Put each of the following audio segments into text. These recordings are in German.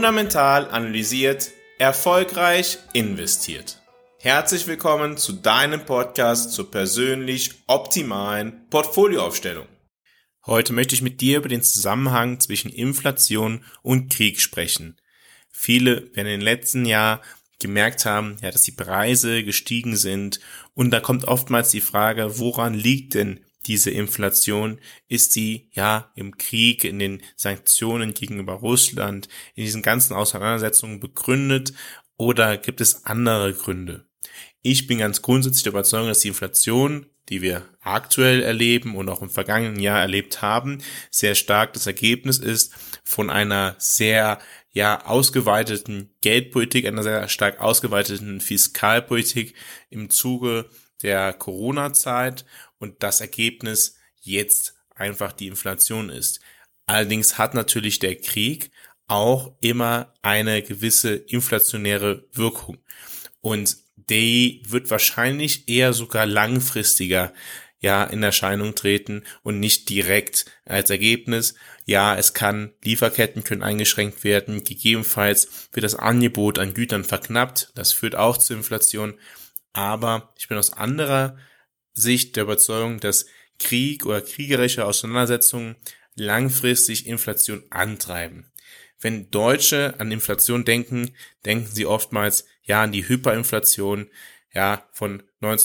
Fundamental analysiert, erfolgreich investiert. Herzlich willkommen zu deinem Podcast zur persönlich optimalen Portfolioaufstellung. Heute möchte ich mit dir über den Zusammenhang zwischen Inflation und Krieg sprechen. Viele werden in den letzten Jahren gemerkt haben, dass die Preise gestiegen sind, und da kommt oftmals die Frage, woran liegt denn diese Inflation? Ist sie im Krieg, in den Sanktionen gegenüber Russland, in diesen ganzen Auseinandersetzungen begründet, oder gibt es andere Gründe? Ich bin ganz grundsätzlich der Überzeugung, dass die Inflation, die wir aktuell erleben und auch im vergangenen Jahr erlebt haben, sehr stark das Ergebnis ist von einer sehr ausgeweiteten Geldpolitik, einer sehr stark ausgeweiteten Fiskalpolitik im Zuge der Corona-Zeit, und das Ergebnis jetzt einfach die Inflation ist. Allerdings hat natürlich der Krieg auch immer eine gewisse inflationäre Wirkung, und die wird wahrscheinlich eher sogar langfristiger in Erscheinung treten und nicht direkt als Ergebnis. Lieferketten können eingeschränkt werden, gegebenenfalls wird das Angebot an Gütern verknappt, das führt auch zur Inflation, aber ich bin aus anderer Sicht der Überzeugung, dass Krieg oder kriegerische Auseinandersetzungen langfristig Inflation antreiben. Wenn Deutsche an Inflation denken, denken sie oftmals an die Hyperinflation von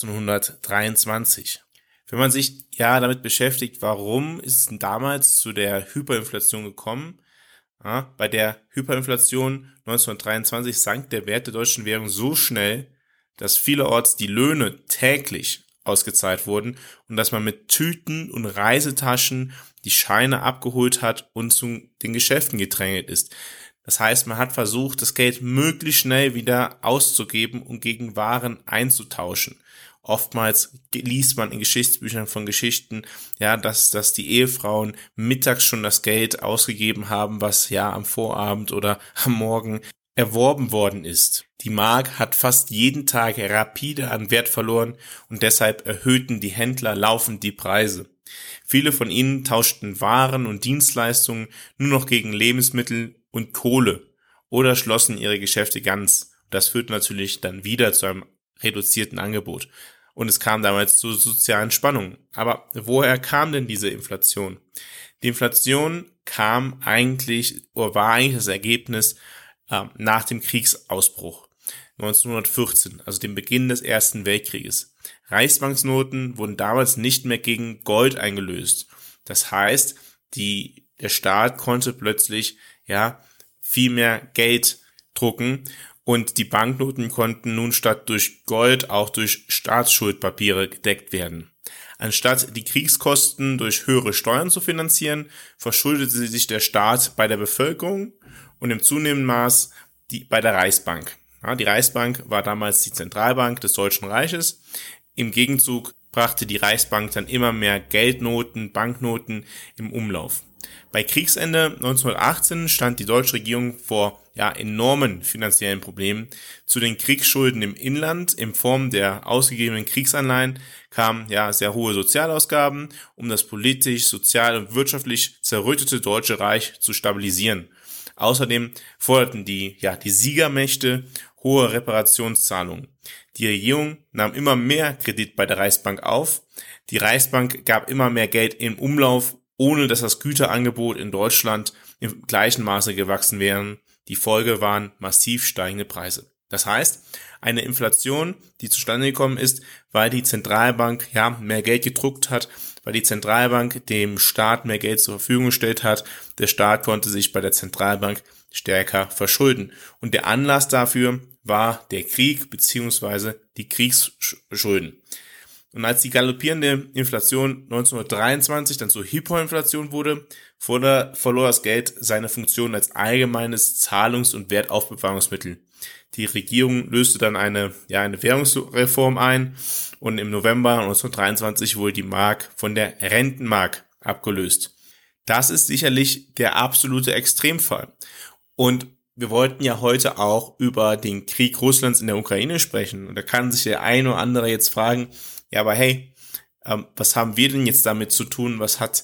1923. Wenn man sich damit beschäftigt, warum ist es denn damals zu der Hyperinflation gekommen? Bei der Hyperinflation 1923 sank der Wert der deutschen Währung so schnell, dass vielerorts die Löhne täglich ausgezahlt wurden und dass man mit Tüten und Reisetaschen die Scheine abgeholt hat und zu den Geschäften gedrängelt ist. Das heißt, man hat versucht, das Geld möglichst schnell wieder auszugeben und gegen Waren einzutauschen. Oftmals liest man in Geschichtsbüchern von Geschichten, dass die Ehefrauen mittags schon das Geld ausgegeben haben, was am Vorabend oder am Morgen erworben worden ist. Die Mark hat fast jeden Tag rapide an Wert verloren, und deshalb erhöhten die Händler laufend die Preise. Viele von ihnen tauschten Waren und Dienstleistungen nur noch gegen Lebensmittel und Kohle oder schlossen ihre Geschäfte ganz. Das führte natürlich dann wieder zu einem reduzierten Angebot. Und es kam damals zu sozialen Spannungen. Aber woher kam denn diese Inflation? Die Inflation war eigentlich das Ergebnis nach dem Kriegsausbruch 1914, also dem Beginn des Ersten Weltkrieges. Reichsbanknoten wurden damals nicht mehr gegen Gold eingelöst. Das heißt, der Staat konnte plötzlich viel mehr Geld drucken, und die Banknoten konnten nun statt durch Gold auch durch Staatsschuldpapiere gedeckt werden. Anstatt die Kriegskosten durch höhere Steuern zu finanzieren, verschuldete sich der Staat bei der Bevölkerung und im zunehmenden Maß bei der Reichsbank. Die Reichsbank war damals die Zentralbank des Deutschen Reiches. Im Gegenzug brachte die Reichsbank dann immer mehr Geldnoten, Banknoten im Umlauf. Bei Kriegsende 1918 stand die deutsche Regierung vor enormen finanziellen Problemen. Zu den Kriegsschulden im Inland in Form der ausgegebenen Kriegsanleihen kamen sehr hohe Sozialausgaben, um das politisch, sozial und wirtschaftlich zerrüttete Deutsche Reich zu stabilisieren. Außerdem forderten die Siegermächte hohe Reparationszahlungen. Die Regierung nahm immer mehr Kredit bei der Reichsbank auf. Die Reichsbank gab immer mehr Geld im Umlauf, ohne dass das Güterangebot in Deutschland im gleichen Maße gewachsen wäre. Die Folge waren massiv steigende Preise. Das heißt, eine Inflation, die zustande gekommen ist, weil die Zentralbank mehr Geld gedruckt hat, weil die Zentralbank dem Staat mehr Geld zur Verfügung gestellt hat. Der Staat konnte sich bei der Zentralbank stärker verschulden. Und der Anlass dafür war der Krieg bzw. die Kriegsschulden. Und als die galoppierende Inflation 1923 dann zur Hyperinflation wurde, verlor das Geld seine Funktion als allgemeines Zahlungs- und Wertaufbewahrungsmittel. Die Regierung löste dann eine Währungsreform ein, und im November 1923 wurde die Mark von der Rentenmark abgelöst. Das ist sicherlich der absolute Extremfall. Und wir wollten ja heute auch über den Krieg Russlands in der Ukraine sprechen. Und da kann sich der eine oder andere jetzt fragen, aber hey, was haben wir denn jetzt damit zu tun? Was hat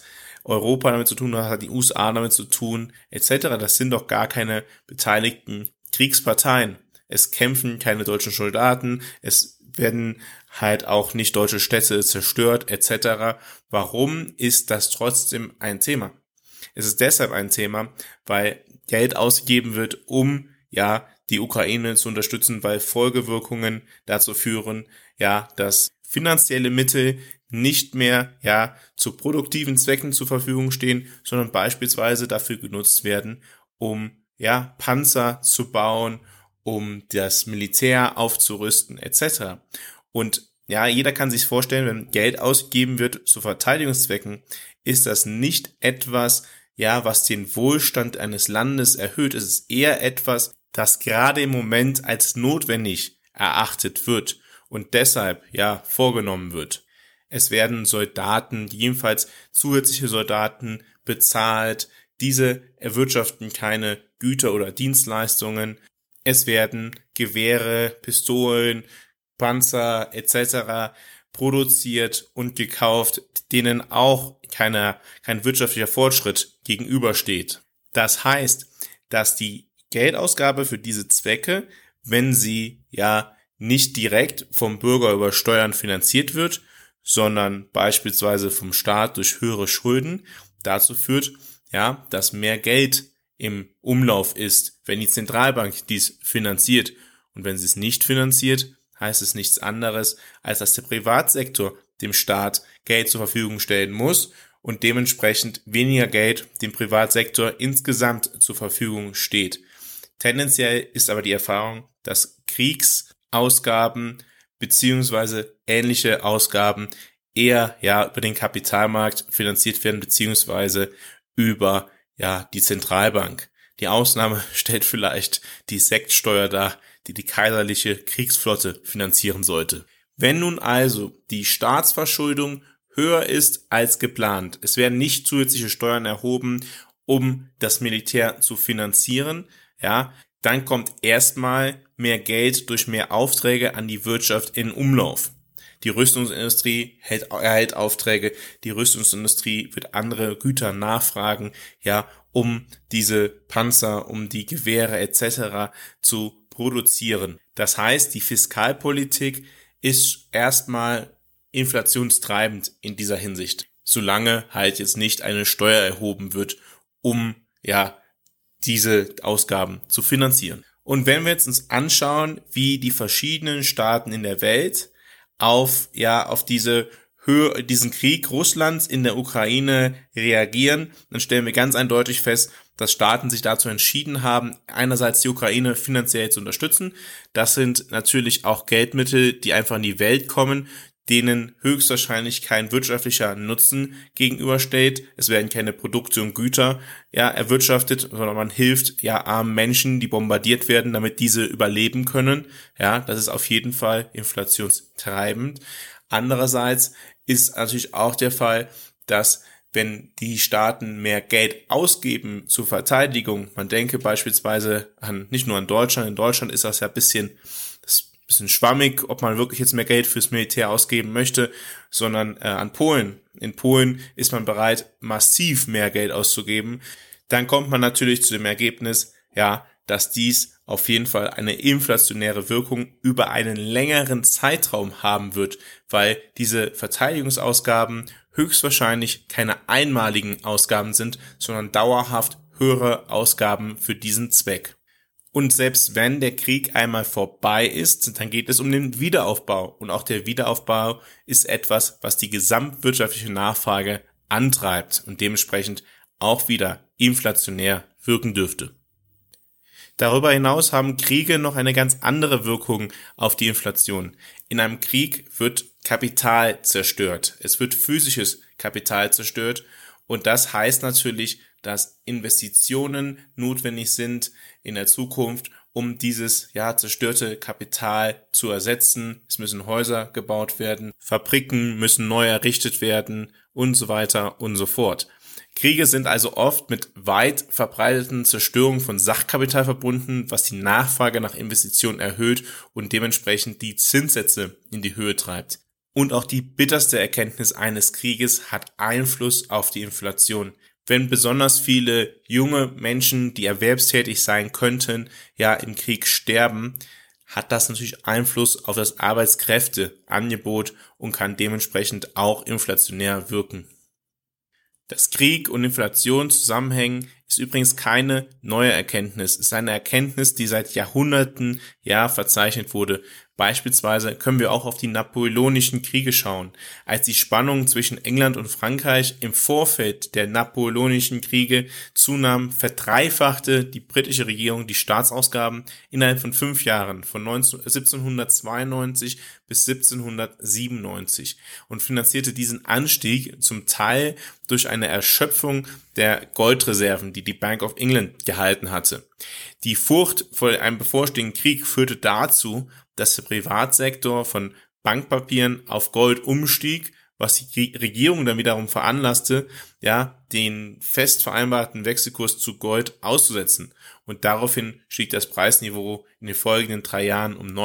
Europa damit zu tun, was hat die USA damit zu tun, etc. Das sind doch gar keine beteiligten Kriegsparteien. Es kämpfen keine deutschen Soldaten, es werden halt auch nicht deutsche Städte zerstört, etc. Warum ist das trotzdem ein Thema? Es ist deshalb ein Thema, weil Geld ausgegeben wird, um die Ukraine zu unterstützen, weil Folgewirkungen dazu führen, dass finanzielle Mittel nicht mehr zu produktiven Zwecken zur Verfügung stehen, sondern beispielsweise dafür genutzt werden, um Panzer zu bauen, um das Militär aufzurüsten etc. Und jeder kann sich vorstellen, wenn Geld ausgegeben wird zu Verteidigungszwecken, ist das nicht etwas, was den Wohlstand eines Landes erhöht. Es ist eher etwas, das gerade im Moment als notwendig erachtet wird und deshalb vorgenommen wird. Es werden Soldaten, jedenfalls zusätzliche Soldaten bezahlt. Diese erwirtschaften keine Güter oder Dienstleistungen. Es werden Gewehre, Pistolen, Panzer etc. produziert und gekauft, denen auch kein wirtschaftlicher Fortschritt gegenübersteht. Das heißt, dass die Geldausgabe für diese Zwecke, wenn sie nicht direkt vom Bürger über Steuern finanziert wird, sondern beispielsweise vom Staat durch höhere Schulden, dazu führt, dass mehr Geld im Umlauf ist, wenn die Zentralbank dies finanziert. Und wenn sie es nicht finanziert, heißt es nichts anderes, als dass der Privatsektor dem Staat Geld zur Verfügung stellen muss und dementsprechend weniger Geld dem Privatsektor insgesamt zur Verfügung steht. Tendenziell ist aber die Erfahrung, dass Kriegsausgaben beziehungsweise ähnliche Ausgaben eher über den Kapitalmarkt finanziert werden beziehungsweise über die Zentralbank. Die Ausnahme stellt vielleicht die Sektsteuer dar, die kaiserliche Kriegsflotte finanzieren sollte. Wenn nun also die Staatsverschuldung höher ist als geplant, es werden nicht zusätzliche Steuern erhoben, um das Militär zu finanzieren, dann kommt erstmal mehr Geld durch mehr Aufträge an die Wirtschaft in Umlauf. Die Rüstungsindustrie erhält Aufträge, die Rüstungsindustrie wird andere Güter nachfragen, um diese Panzer, um die Gewehre etc. zu produzieren. Das heißt, die Fiskalpolitik ist erstmal inflationstreibend in dieser Hinsicht, solange halt jetzt nicht eine Steuer erhoben wird, um diese Ausgaben zu finanzieren. Und wenn wir jetzt uns anschauen, wie die verschiedenen Staaten in der Welt auf diesen Krieg Russlands in der Ukraine reagieren, dann stellen wir ganz eindeutig fest, dass Staaten sich dazu entschieden haben, einerseits die Ukraine finanziell zu unterstützen. Das sind natürlich auch Geldmittel, die einfach in die Welt kommen, denen höchstwahrscheinlich kein wirtschaftlicher Nutzen gegenübersteht. Es werden keine Produkte und Güter erwirtschaftet, sondern man hilft armen Menschen, die bombardiert werden, damit diese überleben können. Das ist auf jeden Fall inflationstreibend. Andererseits ist natürlich auch der Fall, dass wenn die Staaten mehr Geld ausgeben zur Verteidigung, man denke beispielsweise nicht nur an Deutschland, in Deutschland ist das ja ein bisschen schwammig, ob man wirklich jetzt mehr Geld fürs Militär ausgeben möchte, sondern an Polen. In Polen ist man bereit, massiv mehr Geld auszugeben. Dann kommt man natürlich zu dem Ergebnis, dass dies auf jeden Fall eine inflationäre Wirkung über einen längeren Zeitraum haben wird, weil diese Verteidigungsausgaben höchstwahrscheinlich keine einmaligen Ausgaben sind, sondern dauerhaft höhere Ausgaben für diesen Zweck. Und selbst wenn der Krieg einmal vorbei ist, dann geht es um den Wiederaufbau. Und auch der Wiederaufbau ist etwas, was die gesamtwirtschaftliche Nachfrage antreibt und dementsprechend auch wieder inflationär wirken dürfte. Darüber hinaus haben Kriege noch eine ganz andere Wirkung auf die Inflation. In einem Krieg wird Kapital zerstört. Es wird physisches Kapital zerstört. Und das heißt natürlich, dass Investitionen notwendig sind in der Zukunft, um dieses zerstörte Kapital zu ersetzen. Es müssen Häuser gebaut werden, Fabriken müssen neu errichtet werden und so weiter und so fort. Kriege sind also oft mit weit verbreiteten Zerstörungen von Sachkapital verbunden, was die Nachfrage nach Investitionen erhöht und dementsprechend die Zinssätze in die Höhe treibt. Und auch die bitterste Erkenntnis eines Krieges hat Einfluss auf die Inflation. Wenn besonders viele junge Menschen, die erwerbstätig sein könnten, ja im Krieg sterben, hat das natürlich Einfluss auf das Arbeitskräfteangebot und kann dementsprechend auch inflationär wirken. Dass Krieg und Inflation zusammenhängen, ist übrigens keine neue Erkenntnis. Es ist eine Erkenntnis, die seit Jahrhunderten verzeichnet wurde. Beispielsweise können wir auch auf die Napoleonischen Kriege schauen. Als die Spannung zwischen England und Frankreich im Vorfeld der Napoleonischen Kriege zunahm, verdreifachte die britische Regierung die Staatsausgaben innerhalb von 5 Jahren, von 1792 bis 1797 und finanzierte diesen Anstieg zum Teil durch eine Erschöpfung der Goldreserven, die die Bank of England gehalten hatte. Die Furcht vor einem bevorstehenden Krieg führte dazu, dass der Privatsektor von Bankpapieren auf Gold umstieg, was die Regierung dann wiederum veranlasste, den fest vereinbarten Wechselkurs zu Gold auszusetzen. Und daraufhin stieg das Preisniveau in den folgenden 3 Jahren um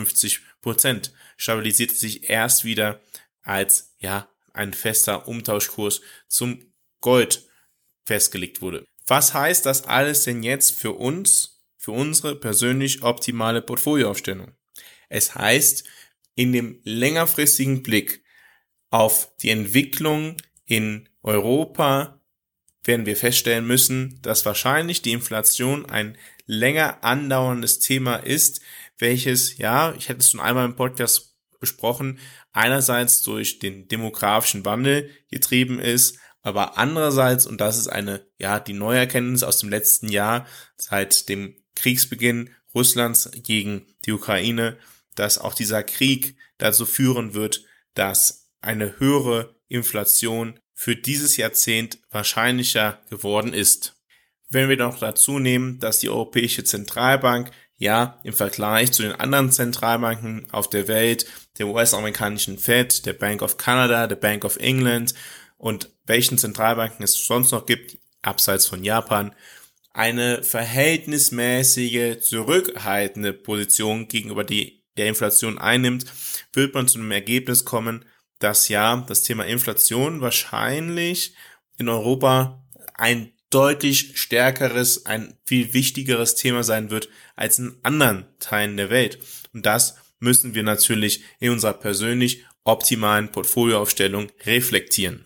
59%, stabilisierte sich erst wieder als ein fester Umtauschkurs zum Gold festgelegt wurde. Was heißt das alles denn jetzt für uns, für unsere persönlich optimale Portfolioaufstellung? Es heißt, in dem längerfristigen Blick auf die Entwicklung in Europa werden wir feststellen müssen, dass wahrscheinlich die Inflation ein länger andauerndes Thema ist, welches, ich hatte es schon einmal im Podcast besprochen, einerseits durch den demografischen Wandel getrieben ist, aber andererseits, und das ist die neue Erkenntnis aus dem letzten Jahr, seit dem Kriegsbeginn Russlands gegen die Ukraine, dass auch dieser Krieg dazu führen wird, dass eine höhere Inflation für dieses Jahrzehnt wahrscheinlicher geworden ist. Wenn wir noch dazu nehmen, dass die Europäische Zentralbank im Vergleich zu den anderen Zentralbanken auf der Welt, der US-amerikanischen Fed, der Bank of Canada, der Bank of England und welchen Zentralbanken es sonst noch gibt, abseits von Japan, eine verhältnismäßige, zurückhaltende Position gegenüber der Inflation einnimmt, wird man zu einem Ergebnis kommen, dass das Thema Inflation wahrscheinlich in Europa ein deutlich stärkeres, ein viel wichtigeres Thema sein wird als in anderen Teilen der Welt. Und das müssen wir natürlich in unserer persönlich optimalen Portfolioaufstellung reflektieren.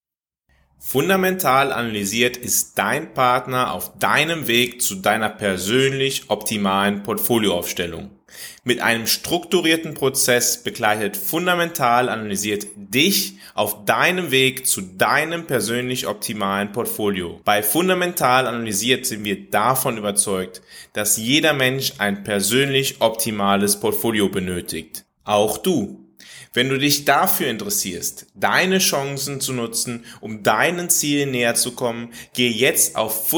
Fundamental analysiert ist dein Partner auf deinem Weg zu deiner persönlich optimalen Portfolioaufstellung. Mit einem strukturierten Prozess begleitet Fundamental analysiert dich auf deinem Weg zu deinem persönlich optimalen Portfolio. Bei Fundamental analysiert sind wir davon überzeugt, dass jeder Mensch ein persönlich optimales Portfolio benötigt. Auch du. Wenn du dich dafür interessierst, deine Chancen zu nutzen, um deinen Zielen näher zu kommen, geh jetzt auf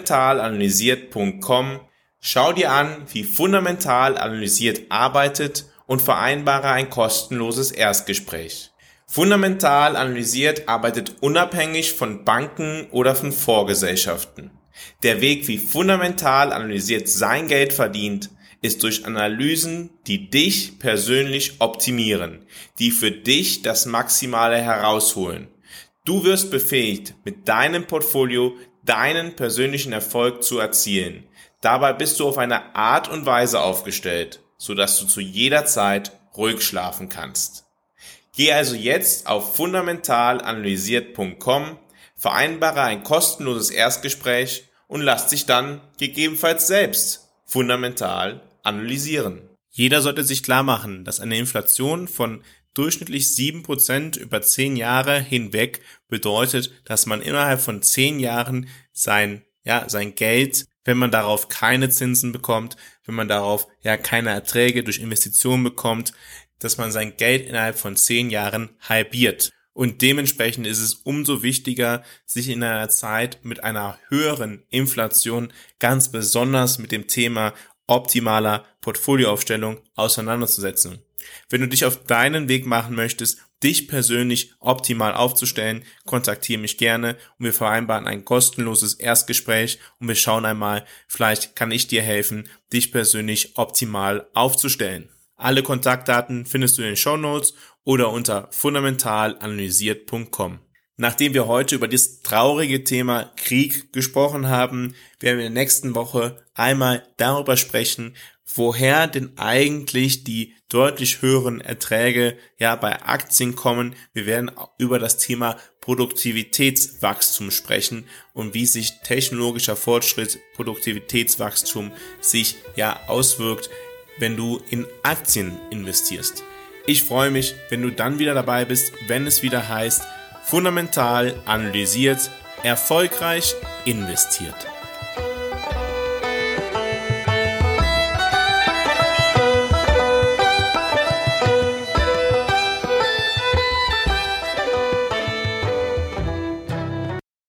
fundamentalanalysiert.com, schau dir an, wie Fundamental analysiert arbeitet und vereinbare ein kostenloses Erstgespräch. Fundamental analysiert arbeitet unabhängig von Banken oder von Fondsgesellschaften. Der Weg, wie Fundamental analysiert sein Geld verdient, ist durch Analysen, die dich persönlich optimieren, die für dich das Maximale herausholen. Du wirst befähigt, mit deinem Portfolio deinen persönlichen Erfolg zu erzielen. Dabei bist du auf eine Art und Weise aufgestellt, sodass du zu jeder Zeit ruhig schlafen kannst. Geh also jetzt auf fundamentalanalysiert.com, vereinbare ein kostenloses Erstgespräch und lass dich dann gegebenenfalls selbst fundamental analysieren. Jeder sollte sich klar machen, dass eine Inflation von durchschnittlich 7% über 10 Jahre hinweg bedeutet, dass man innerhalb von 10 Jahren sein Geld, wenn man darauf keine Zinsen bekommt, wenn man darauf keine Erträge durch Investitionen bekommt, dass man sein Geld innerhalb von 10 Jahren halbiert. Und dementsprechend ist es umso wichtiger, sich in einer Zeit mit einer höheren Inflation ganz besonders mit dem Thema optimaler Portfolioaufstellung auseinanderzusetzen. Wenn du dich auf deinen Weg machen möchtest, dich persönlich optimal aufzustellen, kontaktiere mich gerne und wir vereinbaren ein kostenloses Erstgespräch und wir schauen einmal, vielleicht kann ich dir helfen, dich persönlich optimal aufzustellen. Alle Kontaktdaten findest du in den Shownotes oder unter fundamentalanalysiert.com. Nachdem wir heute über das traurige Thema Krieg gesprochen haben, werden wir in der nächsten Woche einmal darüber sprechen, woher denn eigentlich die deutlich höheren Erträge bei Aktien kommen. Wir werden über das Thema Produktivitätswachstum sprechen und wie sich technologischer Fortschritt, Produktivitätswachstum sich auswirkt, wenn du in Aktien investierst. Ich freue mich, wenn du dann wieder dabei bist, wenn es wieder heißt, fundamental analysiert, erfolgreich investiert.